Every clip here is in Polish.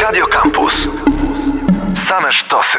Radio Campus. Same sztosy.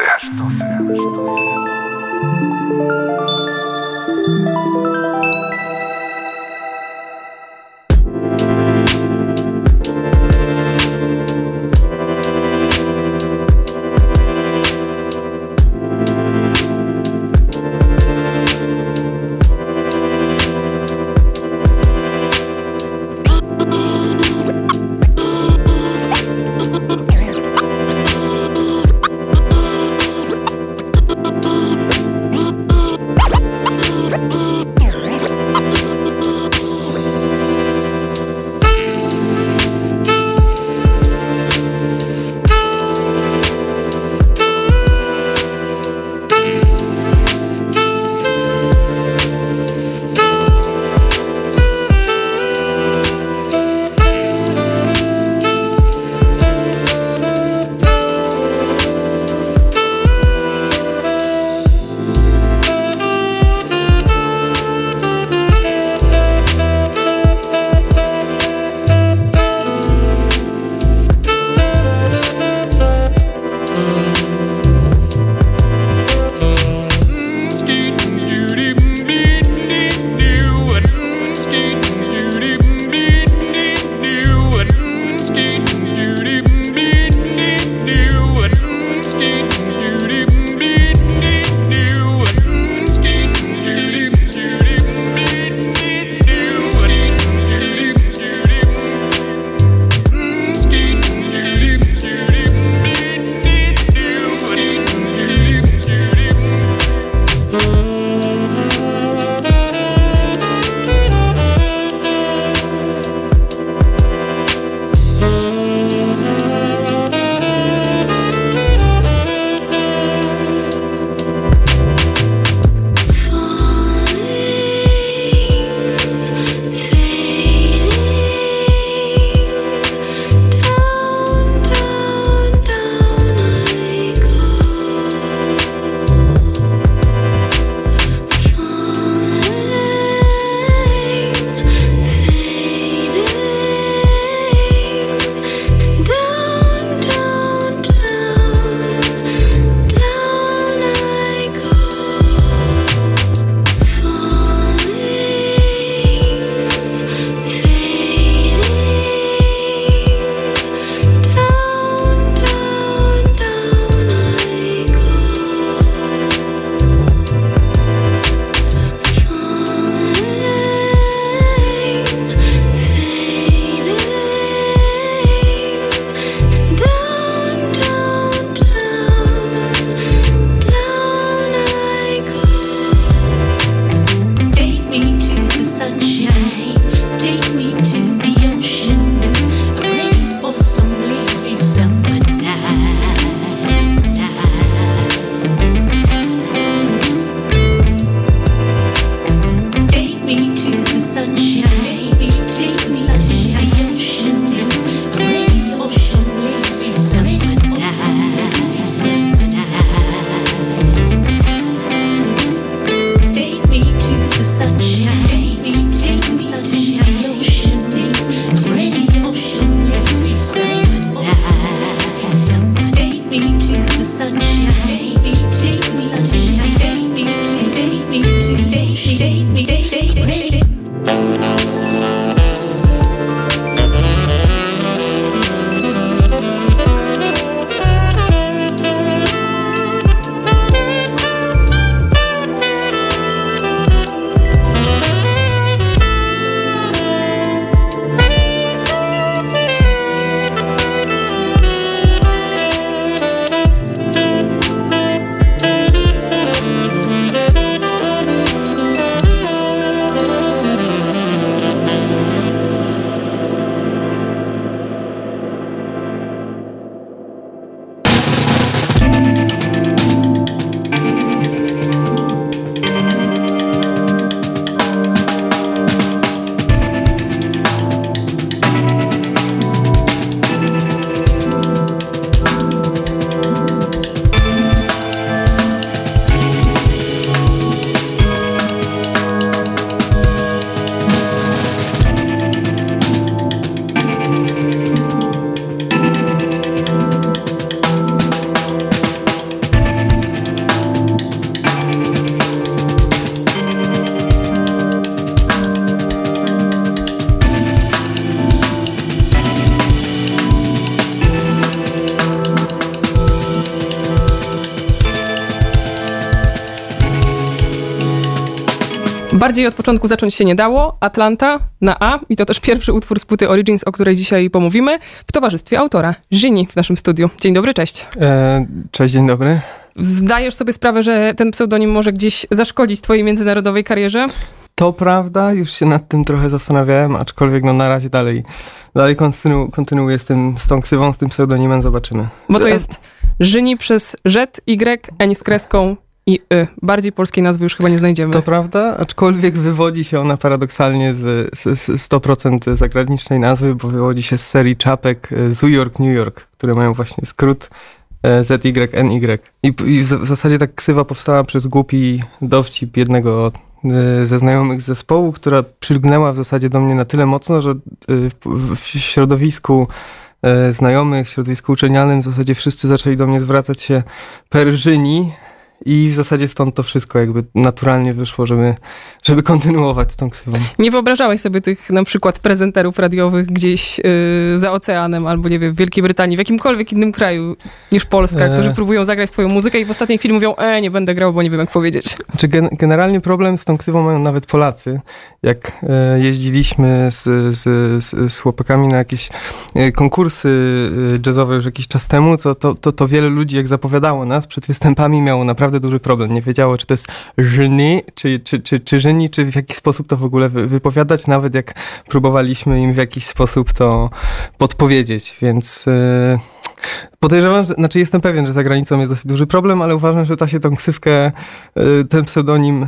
Bardziej od początku zacząć się nie dało. Atlanta na A i to też pierwszy utwór z płyty Origins, o której dzisiaj pomówimy, w towarzystwie autora, Żyni w naszym studiu. Dzień dobry, cześć. Cześć, dzień dobry. Zdajesz sobie sprawę, że ten pseudonim może gdzieś zaszkodzić twojej międzynarodowej karierze? To prawda, już się nad tym trochę zastanawiałem, aczkolwiek na razie dalej kontynuuję z tą ksywą, z tym pseudonimem, zobaczymy. Bo to jest Żyni przez Z, Y, N z kreską i Y. Bardziej polskiej nazwy już chyba nie znajdziemy. To prawda, aczkolwiek wywodzi się ona paradoksalnie z 100% zagranicznej nazwy, bo wywodzi się z serii czapek z New York, które mają właśnie skrót ZYNY. I w zasadzie ta ksywa powstała przez głupi dowcip jednego ze znajomych z zespołu, która przylgnęła w zasadzie do mnie na tyle mocno, że w środowisku znajomych, w środowisku uczelnianym w zasadzie wszyscy zaczęli do mnie zwracać się per Żyni i w zasadzie stąd to wszystko jakby naturalnie wyszło, żeby kontynuować z tą ksywą. Nie wyobrażałeś sobie tych na przykład prezenterów radiowych gdzieś za oceanem albo nie wiem, w Wielkiej Brytanii, w jakimkolwiek innym kraju niż Polska, którzy próbują zagrać twoją muzykę i w ostatniej chwili mówią, nie będę grał, bo nie wiem jak powiedzieć. Czy generalnie problem z tą ksywą mają nawet Polacy. Jak jeździliśmy z chłopakami na jakieś konkursy jazzowe już jakiś czas temu, to wiele ludzi jak zapowiadało nas przed występami miało naprawdę duży problem. Nie wiedziało, czy to jest Żyni, czy Żyni, czy w jaki sposób to w ogóle wypowiadać, nawet jak próbowaliśmy im w jakiś sposób to podpowiedzieć, więc podejrzewam, znaczy jestem pewien, że za granicą jest dosyć duży problem, ale uważam, że da się tą ksywkę, ten pseudonim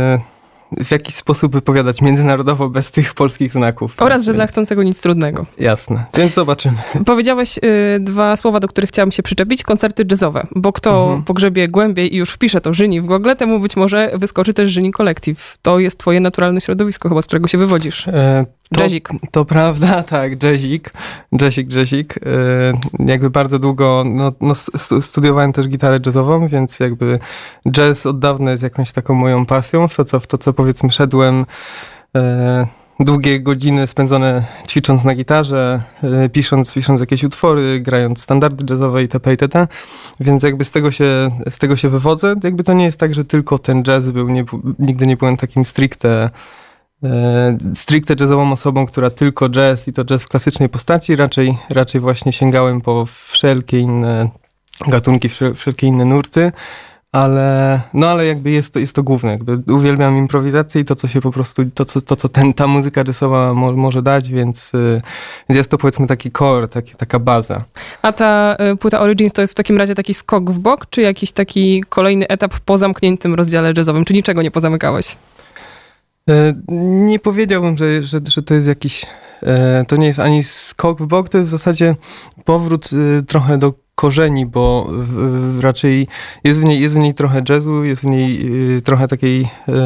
w jakiś sposób wypowiadać międzynarodowo bez tych polskich znaków. Oraz, że dla chcącego nic trudnego. Jasne, więc zobaczymy. Powiedziałeś dwa słowa, do których chciałam się przyczepić, koncerty jazzowe, bo kto pogrzebie głębiej i już wpisze to Żyni w Google, temu być może wyskoczy też Żyni Collective. To jest twoje naturalne środowisko chyba, z którego się wywodzisz. Jazzik. To prawda, tak, jazzik. Jakby bardzo długo studiowałem też gitarę jazzową, więc jakby jazz od dawna jest jakąś taką moją pasją, w to co powiedzmy szedłem długie godziny spędzone ćwicząc na gitarze, pisząc jakieś utwory, grając standardy jazzowe itp. Więc jakby z tego się wywodzę. Jakby to nie jest tak, że tylko ten jazz był, nigdy nie byłem takim stricte jazzową osobą, która tylko jazz i to jazz w klasycznej postaci, raczej właśnie sięgałem po wszelkie inne gatunki, wszelkie inne nurty, ale jakby jest to główne, jakby uwielbiam improwizację i to, co się po prostu, ta muzyka jazzowa może dać, więc jest to powiedzmy taki core, taka baza. A ta płyta Origins to jest w takim razie taki skok w bok, czy jakiś taki kolejny etap po zamkniętym rozdziale jazzowym, czy niczego nie pozamykałeś? Nie powiedziałbym, że to jest jakiś, to nie jest ani skok w bok, to jest w zasadzie powrót trochę do korzeni, bo raczej jest w niej trochę jazzu, jest w niej trochę takiej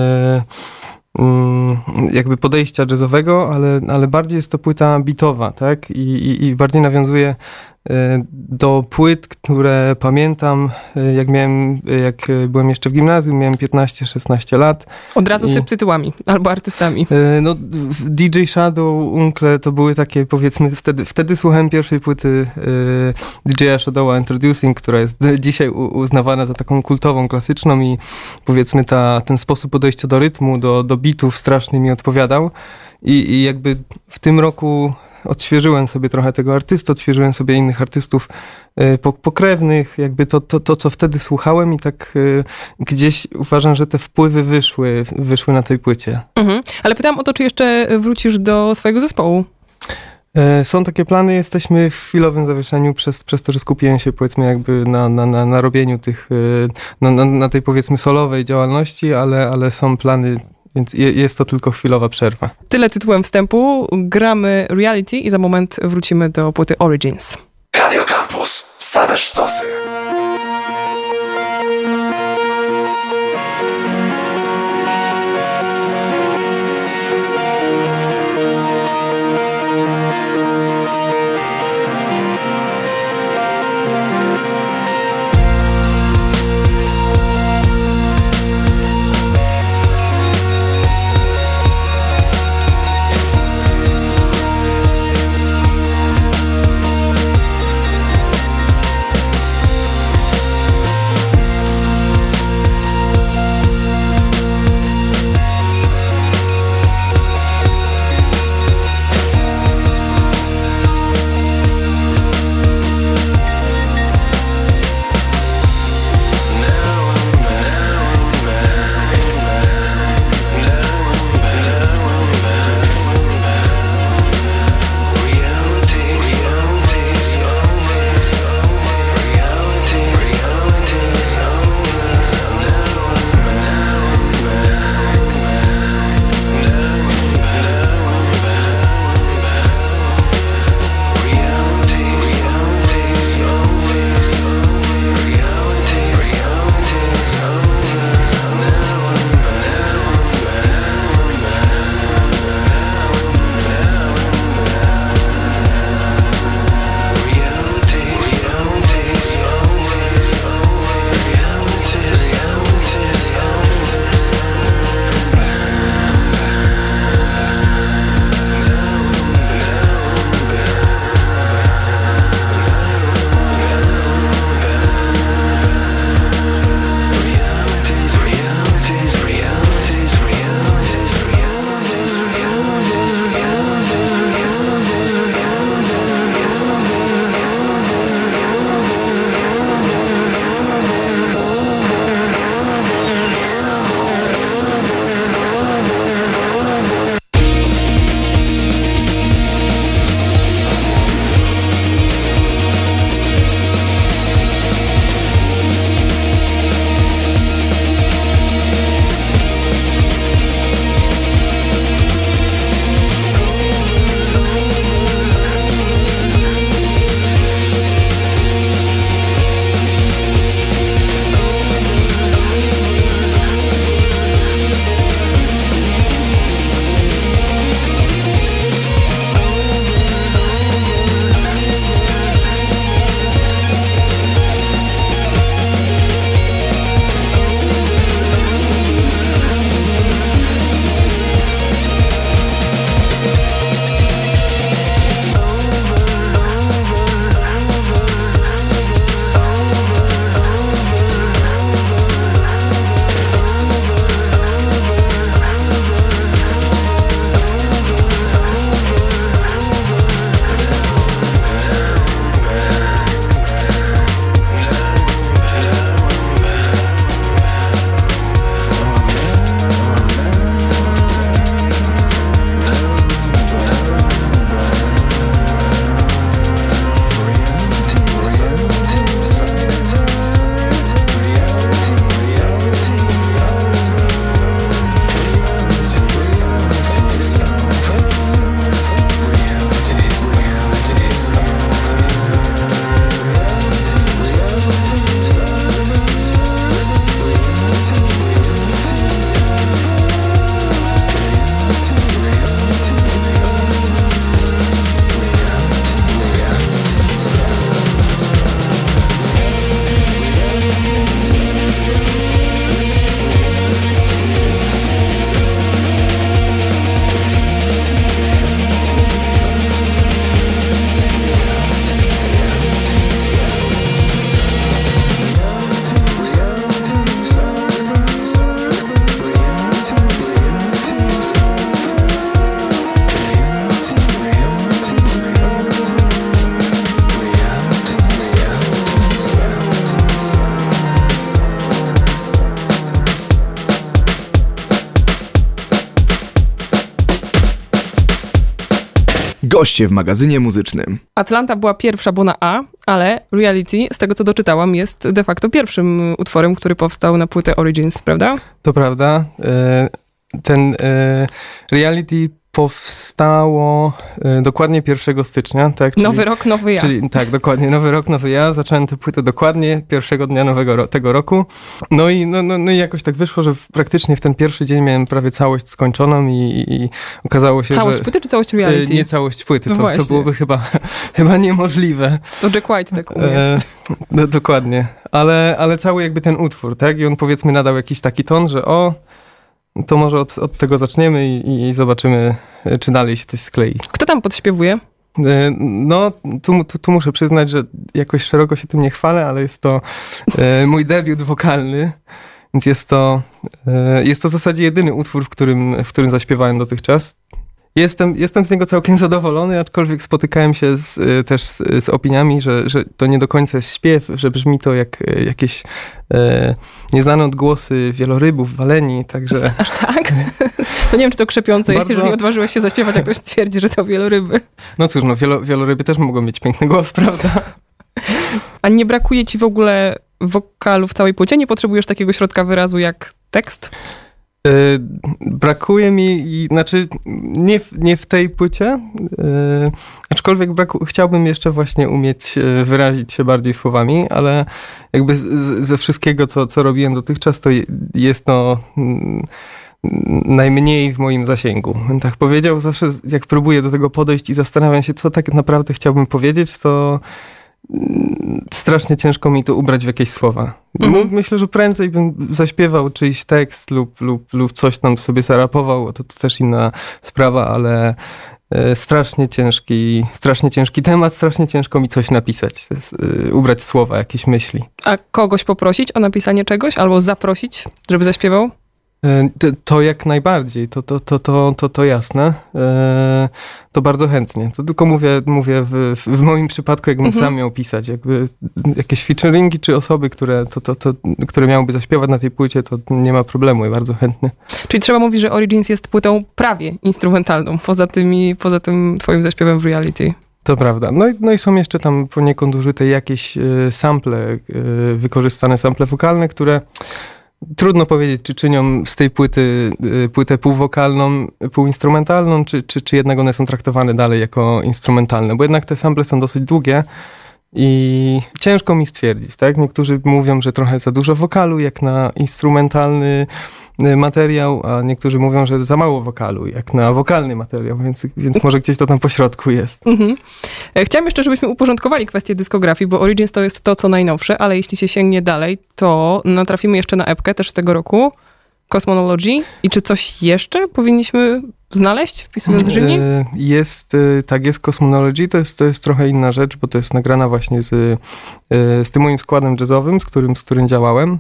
jakby podejścia jazzowego, ale bardziej jest to płyta beatowa, tak? I bardziej nawiązuje do płyt, które pamiętam, jak byłem jeszcze w gimnazjum, miałem 15-16 lat. Od razu syp tytułami, albo artystami. DJ Shadow, Unkle, to były takie, powiedzmy, wtedy słuchałem pierwszej płyty DJ-a Shadowa Introducing, która jest dzisiaj uznawana za taką kultową, klasyczną i powiedzmy ten sposób podejścia do rytmu, do beatów strasznie mi odpowiadał. I jakby w tym roku odświeżyłem sobie trochę tego artysty, odświeżyłem sobie innych artystów pokrewnych, jakby to, co wtedy słuchałem i tak gdzieś uważam, że te wpływy wyszły na tej płycie. Ale pytam o to, czy jeszcze wrócisz do swojego zespołu? Są takie plany, jesteśmy w chwilowym zawieszeniu przez to, że skupiłem się powiedzmy jakby na robieniu tych, na tej powiedzmy solowej działalności, ale są plany. Więc jest to tylko chwilowa przerwa. Tyle tytułem wstępu. Gramy Reality i za moment wrócimy do płyty Origins. Radio Campus. Same sztosy. Goście w magazynie muzycznym. Atlanta była pierwsza, bo na A, ale Reality, z tego co doczytałam, jest de facto pierwszym utworem, który powstał na płytę Origins, prawda? To prawda. Ten Reality powstało dokładnie 1 stycznia. Tak? Nowy rok, nowy ja. Czyli tak, dokładnie, nowy rok, nowy ja. Zacząłem tę płytę dokładnie pierwszego dnia tego roku. No i jakoś tak wyszło, że praktycznie w ten pierwszy dzień miałem prawie całość skończoną i okazało się, całość płyty czy całość Reality? Nie całość płyty, No to byłoby chyba niemożliwe. To Jack White tak umie. No, dokładnie, ale cały jakby ten utwór, tak? I on powiedzmy nadał jakiś taki ton, że to może od tego zaczniemy i zobaczymy, czy dalej się coś sklei. Kto tam podśpiewuje? No, tu muszę przyznać, że jakoś szeroko się tym nie chwalę, ale jest to mój debiut wokalny, więc jest to w zasadzie jedyny utwór, w którym zaśpiewałem dotychczas. Jestem z niego całkiem zadowolony, aczkolwiek spotykałem się też z opiniami, że to nie do końca jest śpiew, że brzmi to jak jakieś nieznane odgłosy wielorybów, waleni, także... Aż tak? To nie wiem, czy to krzepiące, bardzo... jeżeli odważyłeś się zaśpiewać, jak ktoś twierdzi, że to wieloryby. No cóż, wieloryby też mogą mieć piękny głos, prawda? A nie brakuje ci w ogóle wokalu w całej płycie? Nie potrzebujesz takiego środka wyrazu jak tekst? Brakuje mi, znaczy nie w tej płycie, aczkolwiek chciałbym jeszcze właśnie umieć wyrazić się bardziej słowami, ale jakby ze wszystkiego, co robiłem dotychczas, to jest to najmniej w moim zasięgu. Bym tak powiedział, zawsze jak próbuję do tego podejść i zastanawiam się, co tak naprawdę chciałbym powiedzieć, to strasznie ciężko mi to ubrać w jakieś słowa. Myślę, że prędzej bym zaśpiewał czyjś tekst lub coś tam sobie zarapował, to też inna sprawa, ale strasznie ciężki temat, strasznie ciężko mi coś napisać, ubrać słowa, jakieś myśli. A kogoś poprosić o napisanie czegoś albo zaprosić, żeby zaśpiewał? To jak najbardziej, to jasne. To bardzo chętnie. To tylko mówię w moim przypadku, jakbym sam miał pisać, jakby jakieś featuringi czy osoby, które miałyby zaśpiewać na tej płycie, to nie ma problemu, bardzo chętny. Czyli trzeba mówić, że Origins jest płytą prawie instrumentalną, poza tym twoim zaśpiewem w Reality. To prawda. No i są jeszcze tam poniekąd użyte jakieś sample, wykorzystane sample wokalne, które trudno powiedzieć, czy czynią z tej płytę półwokalną, półinstrumentalną, czy jednak one są traktowane dalej jako instrumentalne, bo jednak te sample są dosyć długie i ciężko mi stwierdzić, tak? Niektórzy mówią, że trochę za dużo wokalu, jak na instrumentalny materiał, a niektórzy mówią, że za mało wokalu, jak na wokalny materiał, więc może gdzieś to tam po środku jest. Chciałam jeszcze, żebyśmy uporządkowali kwestię dyskografii, bo Origins to jest to, co najnowsze, ale jeśli się sięgnie dalej, to natrafimy jeszcze na epkę też z tego roku, Cosmonology. I czy coś jeszcze powinniśmy znaleźć, wpisując Żyni? Jest Cosmonology, to jest trochę inna rzecz, bo to jest nagrana właśnie z tym moim składem jazzowym, z którym działałem.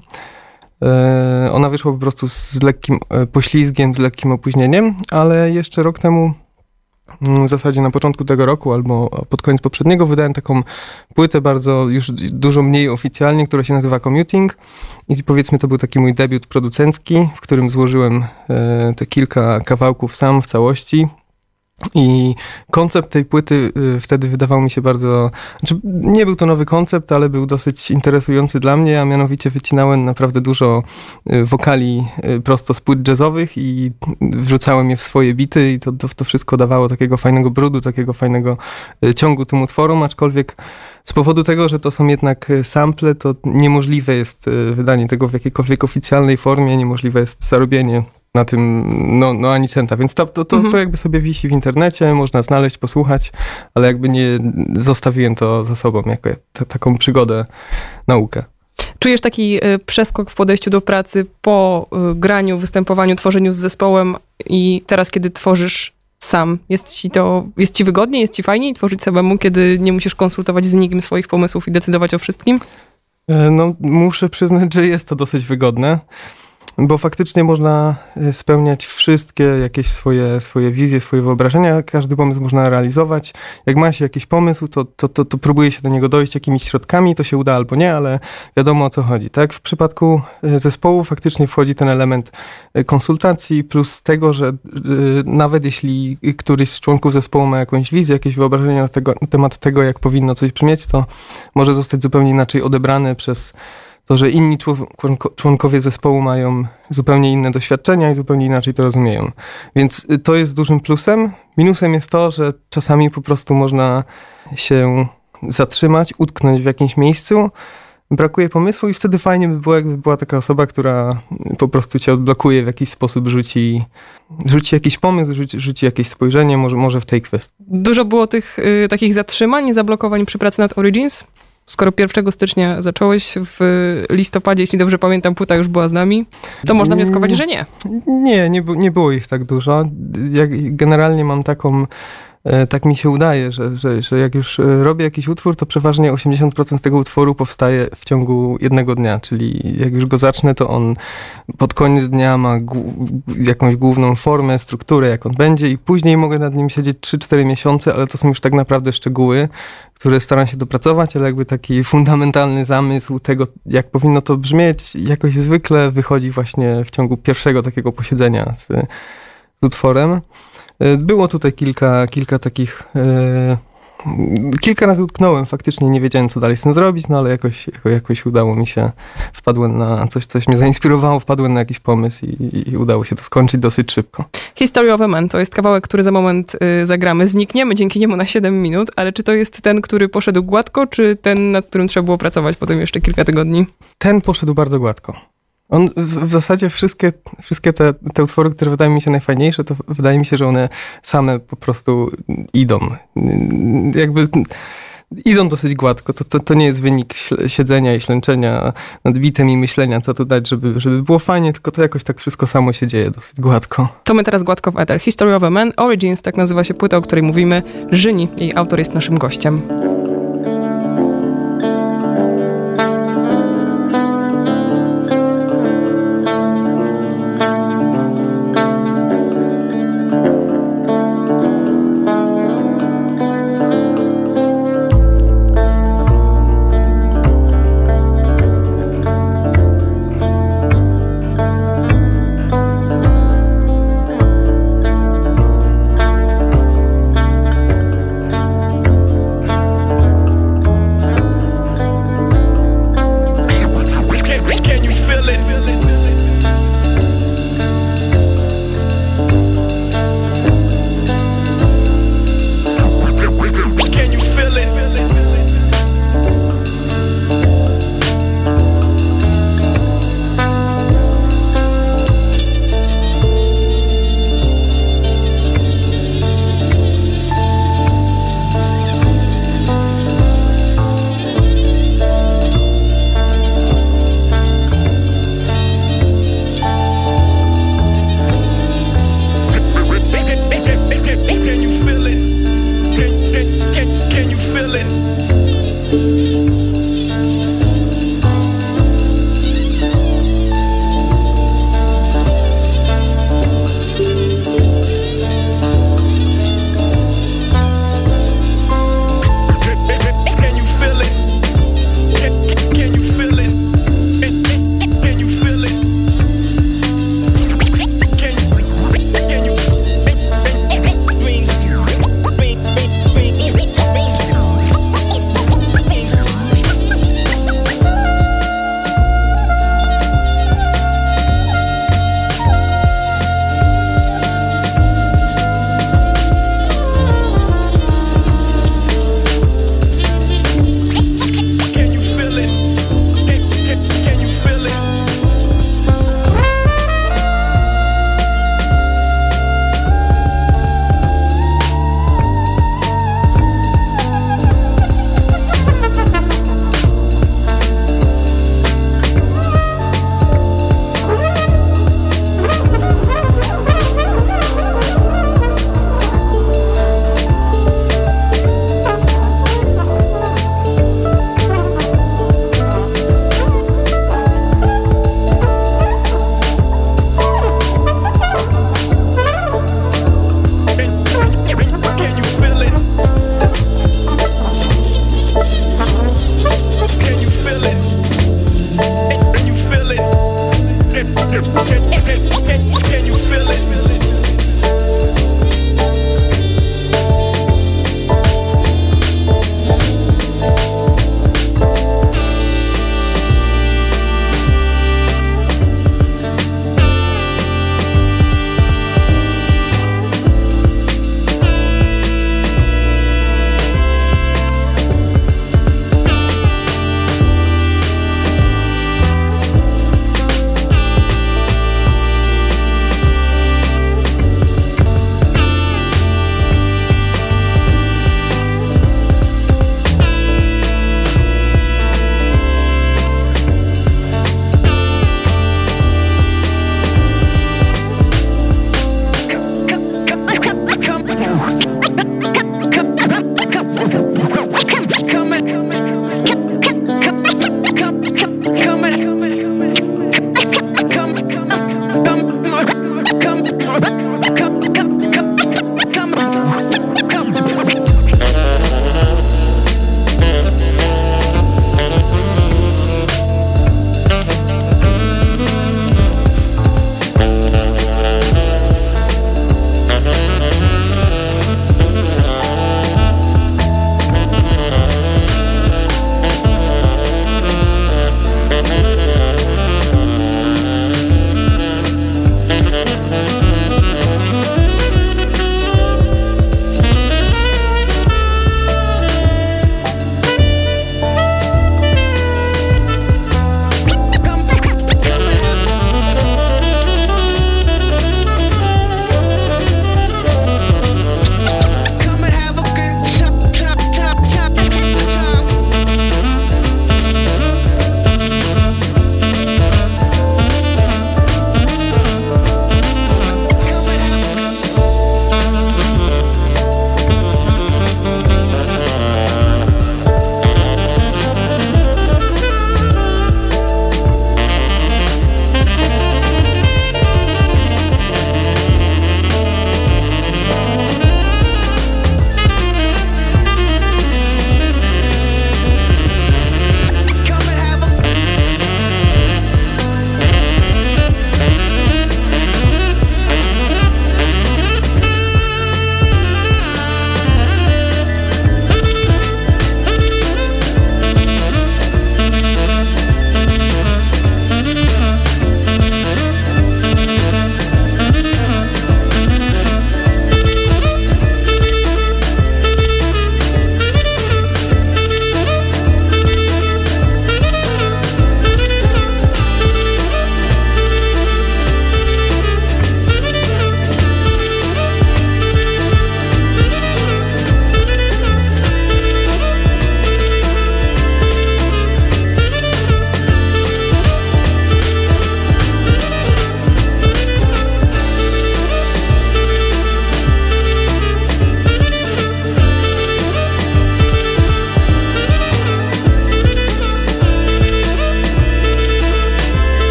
Ona wyszła po prostu z lekkim poślizgiem, z lekkim opóźnieniem, ale jeszcze rok temu, w zasadzie na początku tego roku albo pod koniec poprzedniego, wydałem taką płytę bardzo, już dużo mniej oficjalnie, która się nazywa Commuting i powiedzmy to był taki mój debiut producencki, w którym złożyłem te kilka kawałków sam w całości. I koncept tej płyty wtedy wydawał mi się bardzo... Znaczy nie był to nowy koncept, ale był dosyć interesujący dla mnie, a mianowicie wycinałem naprawdę dużo wokali prosto z płyt jazzowych i wrzucałem je w swoje bity i to wszystko dawało takiego fajnego brudu, takiego fajnego ciągu tym utworom, aczkolwiek z powodu tego, że to są jednak sample, to niemożliwe jest wydanie tego w jakiejkolwiek oficjalnej formie, niemożliwe jest zarobienie na tym, no ani centa, więc to jakby sobie wisi w internecie, można znaleźć, posłuchać, ale jakby nie zostawiłem to za sobą jako taką przygodę, naukę. Czujesz taki przeskok w podejściu do pracy po graniu, występowaniu, tworzeniu z zespołem i teraz, kiedy tworzysz sam, jest ci wygodniej, jest ci fajniej tworzyć samemu, kiedy nie musisz konsultować z nikim swoich pomysłów i decydować o wszystkim? No, muszę przyznać, że jest to dosyć wygodne. bo faktycznie można spełniać wszystkie jakieś swoje wizje, swoje wyobrażenia, każdy pomysł można realizować. Jak ma się jakiś pomysł, to próbuje się do niego dojść jakimiś środkami, to się uda albo nie, ale wiadomo o co chodzi, tak? W przypadku zespołu faktycznie wchodzi ten element konsultacji, plus tego, że nawet jeśli któryś z członków zespołu ma jakąś wizję, jakieś wyobrażenie na temat tego, jak powinno coś brzmieć, to może zostać zupełnie inaczej odebrane przez to, że inni członkowie zespołu mają zupełnie inne doświadczenia i zupełnie inaczej to rozumieją. Więc to jest dużym plusem. Minusem jest to, że czasami po prostu można się zatrzymać, utknąć w jakimś miejscu, brakuje pomysłu i wtedy fajnie by było, jakby była taka osoba, która po prostu cię odblokuje w jakiś sposób, rzuci jakiś pomysł, rzuci jakieś spojrzenie, może w tej kwestii. Dużo było tych takich zatrzymań, zablokowań przy pracy nad Origins? Skoro 1 stycznia zacząłeś, w listopadzie, jeśli dobrze pamiętam, płyta już była z nami, to można wnioskować, że nie. Nie było ich tak dużo. Ja generalnie mam taką... Tak mi się udaje, że jak już robię jakiś utwór, to przeważnie 80% tego utworu powstaje w ciągu jednego dnia, czyli jak już go zacznę, to on pod koniec dnia ma jakąś główną formę, strukturę, jak on będzie i później mogę nad nim siedzieć 3-4 miesiące, ale to są już tak naprawdę szczegóły, które staram się dopracować, ale jakby taki fundamentalny zamysł tego, jak powinno to brzmieć, jakoś zwykle wychodzi właśnie w ciągu pierwszego takiego posiedzenia z utworem. Było tutaj kilka takich... Kilka razy utknąłem, faktycznie nie wiedziałem, co dalej z tym zrobić, no ale jakoś udało mi się. Wpadłem na coś mnie zainspirowało, wpadłem na jakiś pomysł i udało się to skończyć dosyć szybko. History of a Man to jest kawałek, który za moment zagramy. Znikniemy dzięki niemu na 7 minut, ale czy to jest ten, który poszedł gładko, czy ten, nad którym trzeba było pracować potem jeszcze kilka tygodni? Ten poszedł bardzo gładko. On w zasadzie wszystkie te utwory, które wydają mi się najfajniejsze, to wydaje mi się, że one same po prostu idą. Jakby idą dosyć gładko. To nie jest wynik siedzenia i ślęczenia nad bitem i myślenia, co tu dać, żeby było fajnie, tylko to jakoś tak wszystko samo się dzieje dosyć gładko. To my teraz gładko w ether. History of a Man, Origins, tak nazywa się płyta, o której mówimy. Żyni, jej autor jest naszym gościem.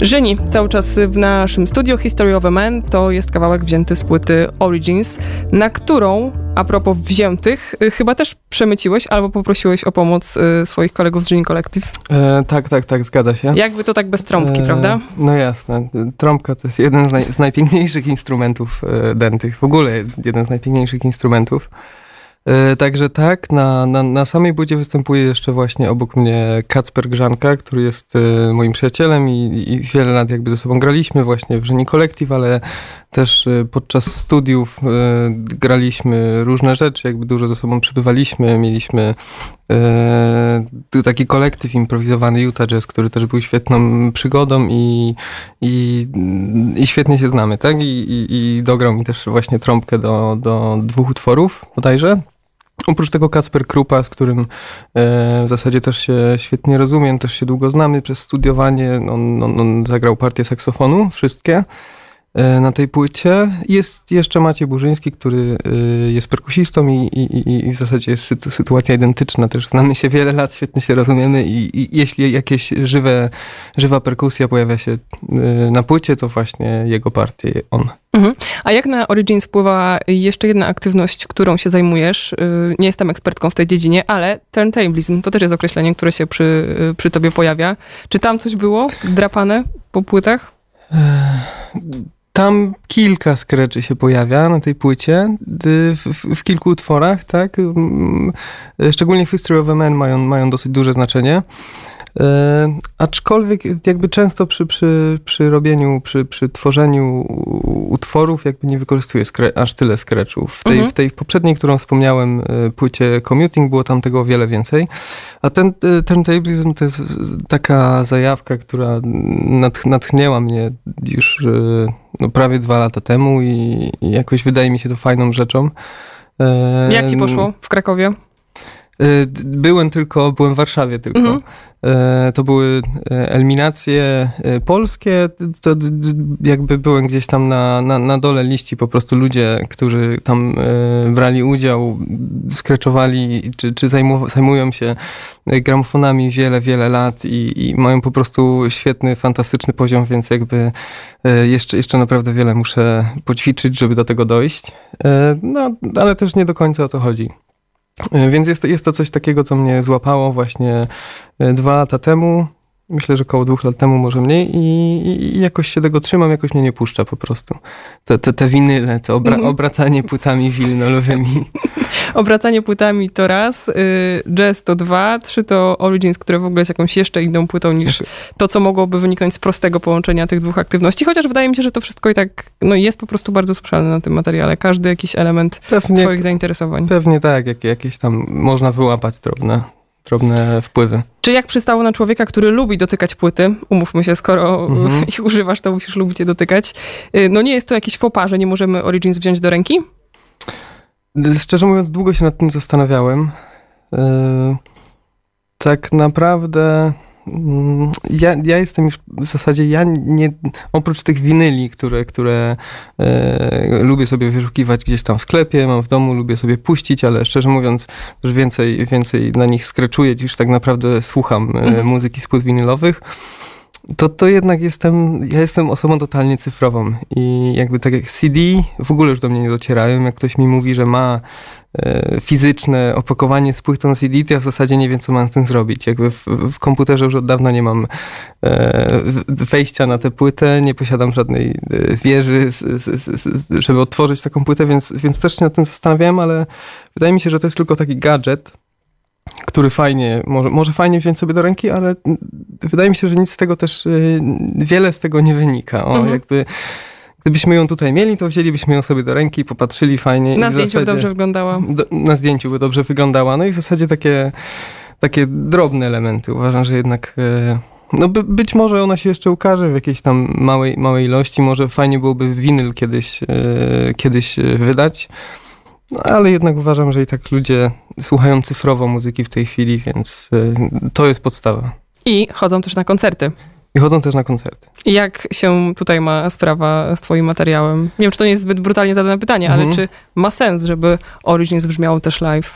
Żyni cały czas w naszym studiu. History of a Man to jest kawałek wzięty z płyty Origins, na którą, a propos wziętych, chyba też przemyciłeś albo poprosiłeś o pomoc swoich kolegów z Żyni Collective. Tak, zgadza się. Jakby to tak bez trąbki, prawda? No jasne. Trąbka to jest jeden z najpiękniejszych instrumentów dętych. W ogóle jeden z najpiękniejszych instrumentów. Także tak, na samej płycie występuje jeszcze właśnie obok mnie Kacper Grzanka, który jest moim przyjacielem i wiele lat jakby ze sobą graliśmy właśnie w Żyni Collective, ale też podczas studiów graliśmy różne rzeczy, jakby dużo ze sobą przebywaliśmy, mieliśmy taki kolektyw improwizowany Utah Jazz, który też był świetną przygodą i świetnie się znamy, tak? I dograł mi też właśnie trąbkę do 2 utworów bodajże. Oprócz tego Kacper Krupa, z którym w zasadzie też się świetnie rozumiem, też się długo znamy przez studiowanie. On zagrał partię saksofonu, wszystkie na tej płycie. Jest jeszcze Maciej Burzyński, który jest perkusistą i w zasadzie jest sytuacja identyczna. Też znamy się wiele lat, świetnie się rozumiemy i jeśli jakieś żywa perkusja pojawia się na płycie, to właśnie jego partie on. Mhm. A jak na Origins wpływa jeszcze jedna aktywność, którą się zajmujesz? Nie jestem ekspertką w tej dziedzinie, ale turntablizm to też jest określenie, które się przy tobie pojawia. Czy tam coś było drapane po płytach? Tam kilka skreczy się pojawia na tej płycie, w kilku utworach, tak? Szczególnie w History of a Man mają dosyć duże znaczenie. Aczkolwiek jakby często przy robieniu, przy tworzeniu utworów jakby nie wykorzystuję aż tyle scratchów. W tej poprzedniej, którą wspomniałem, płycie Commuting, było tam tego o wiele więcej. A ten turntablizm to jest taka zajawka, która natchnęła mnie już prawie 2 lata temu i jakoś wydaje mi się to fajną rzeczą. Jak ci poszło w Krakowie? Byłem w Warszawie tylko. To były eliminacje polskie, to jakby byłem gdzieś tam na dole liści, po prostu ludzie, którzy tam brali udział, skreczowali, czy zajmują się gramofonami wiele lat i mają po prostu świetny, fantastyczny poziom, więc jakby jeszcze naprawdę wiele muszę poćwiczyć, żeby do tego dojść. No, ale też nie do końca o to chodzi. Więc jest to coś takiego, co mnie złapało właśnie 2 lata temu. Myślę, że około 2 lat temu, może mniej i jakoś się tego trzymam, jakoś mnie nie puszcza po prostu. Te winyle, to obracanie płytami winylowymi. Obracanie płytami to raz, jazz to 2, 3 to Origins, które w ogóle jest jakąś jeszcze inną płytą niż to, co mogłoby wyniknąć z prostego połączenia tych 2 aktywności. Chociaż wydaje mi się, że to wszystko i tak jest po prostu bardzo słyszalne na tym materiale. Każdy jakiś element twoich zainteresowań. Pewnie tak, jakieś tam można wyłapać drobne wpływy. Czy jak przystało na człowieka, który lubi dotykać płyty, umówmy się, skoro ich używasz, to musisz lubić je dotykać. No nie jest to jakiś faux pas, że nie możemy Origins wziąć do ręki? Szczerze mówiąc, długo się nad tym zastanawiałem. Tak naprawdę ja jestem już w zasadzie, oprócz tych winyli, które lubię sobie wyszukiwać gdzieś tam w sklepie, mam w domu, lubię sobie puścić, ale szczerze mówiąc już więcej na nich skreczuję, niż tak naprawdę słucham muzyki z płyt winylowych. To jednak ja jestem osobą totalnie cyfrową i jakby tak jak CD w ogóle już do mnie nie docierają. Jak ktoś mi mówi, że ma fizyczne opakowanie z płytą CD, to ja w zasadzie nie wiem, co mam z tym zrobić. Jakby w komputerze już od dawna nie mam wejścia na tę płytę, nie posiadam żadnej wieży, żeby otworzyć taką płytę, więc też się nad tym zastanawiałem, ale wydaje mi się, że to jest tylko taki gadżet, który może fajnie wziąć sobie do ręki, ale wydaje mi się, że nic z tego też, wiele z tego nie wynika. Jakby gdybyśmy ją tutaj mieli, to wzięlibyśmy ją sobie do ręki i popatrzyli fajnie. Na zdjęciu by dobrze wyglądała. Na zdjęciu by dobrze wyglądała. No i w zasadzie takie drobne elementy. Uważam, że jednak być może ona się jeszcze ukaże w jakiejś tam małej ilości. Może fajnie byłoby winyl kiedyś wydać. No, ale jednak uważam, że i tak ludzie słuchają cyfrowo muzyki w tej chwili, więc to jest podstawa. I chodzą też na koncerty. I jak się tutaj ma sprawa z twoim materiałem? Nie wiem, czy to nie jest zbyt brutalnie zadane pytanie, ale czy ma sens, żeby Origins brzmiało też live?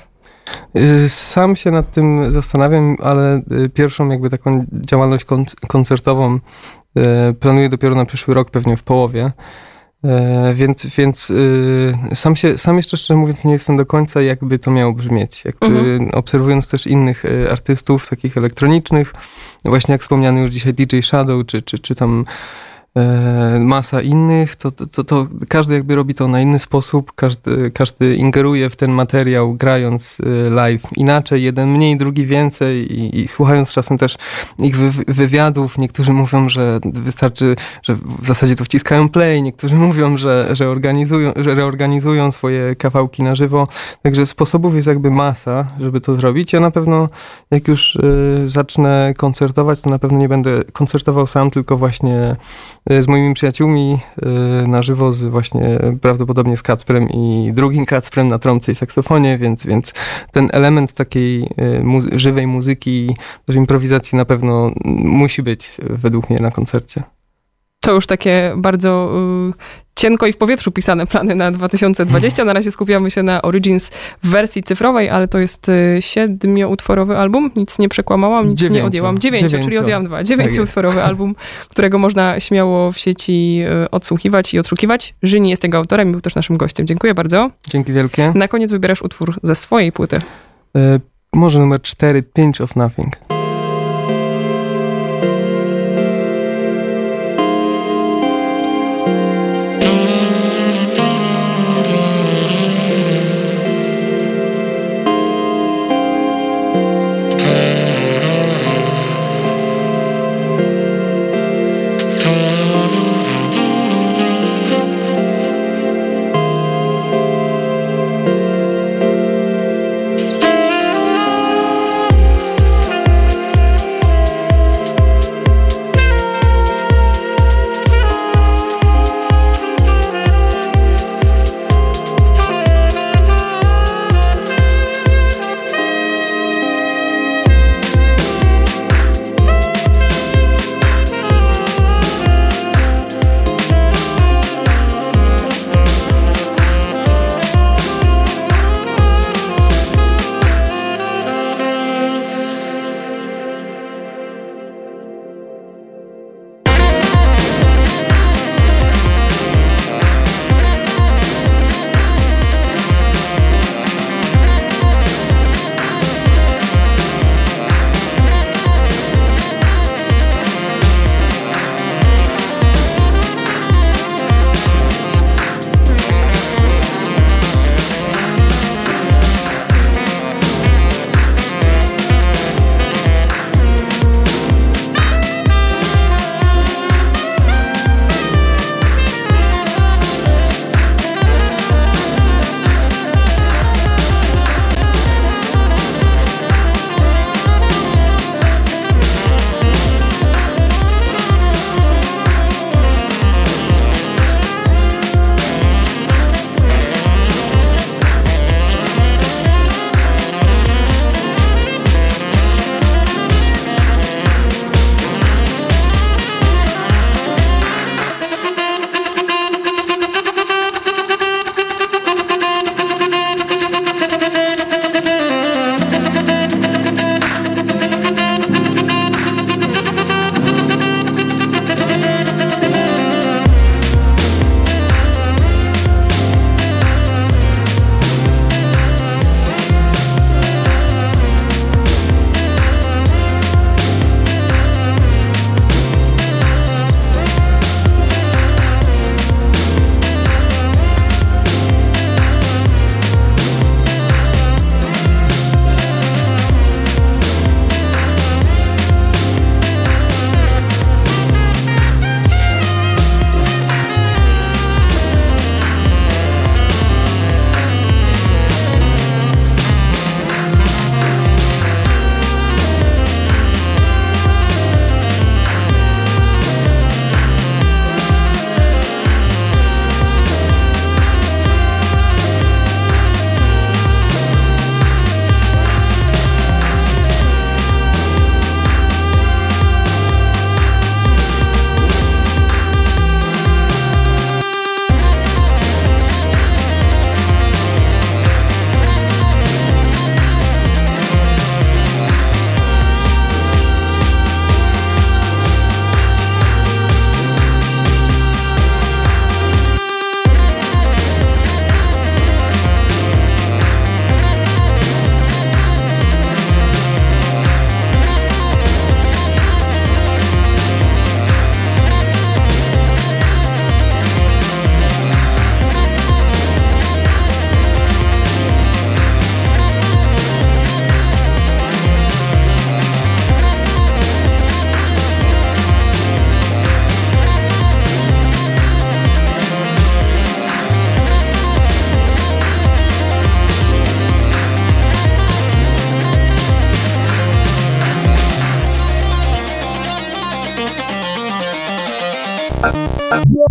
Sam się nad tym zastanawiam, ale pierwszą jakby taką działalność koncertową planuję dopiero na przyszły rok, pewnie w połowie. Więc sam jeszcze szczerze mówiąc nie jestem do końca, jakby to miało brzmieć. Jakby obserwując też innych artystów, takich elektronicznych, właśnie jak wspomniany już dzisiaj DJ Shadow, czy tam masa innych, to każdy jakby robi to na inny sposób, każdy ingeruje w ten materiał, grając live inaczej, jeden mniej, drugi więcej i słuchając czasem też ich wywiadów, niektórzy mówią, że wystarczy, że w zasadzie to wciskają play, niektórzy mówią, że reorganizują swoje kawałki na żywo, także sposobów jest jakby masa, żeby to zrobić. Ja na pewno, jak już zacznę koncertować, to na pewno nie będę koncertował sam, tylko właśnie z moimi przyjaciółmi na żywo, właśnie prawdopodobnie z Kacprem i drugim Kacprem na trąbce i saksofonie, więc ten element takiej żywej muzyki, też improwizacji na pewno musi być według mnie na koncercie. To już takie bardzo cienko i w powietrzu pisane plany na 2020. Na razie skupiamy się na Origins w wersji cyfrowej, ale to jest 7-utworowy album. Nic nie przekłamałam, nic nie odjęłam. 9, czyli odjęłam 2. 9-utworowy album, którego można śmiało w sieci odsłuchiwać i odszukiwać. Żyni jest tego autorem i był też naszym gościem. Dziękuję bardzo. Dzięki wielkie. Na koniec wybierasz utwór ze swojej płyty. Może numer 4, Pinch of Nothing.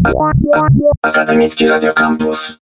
Akademicki Radio Campus.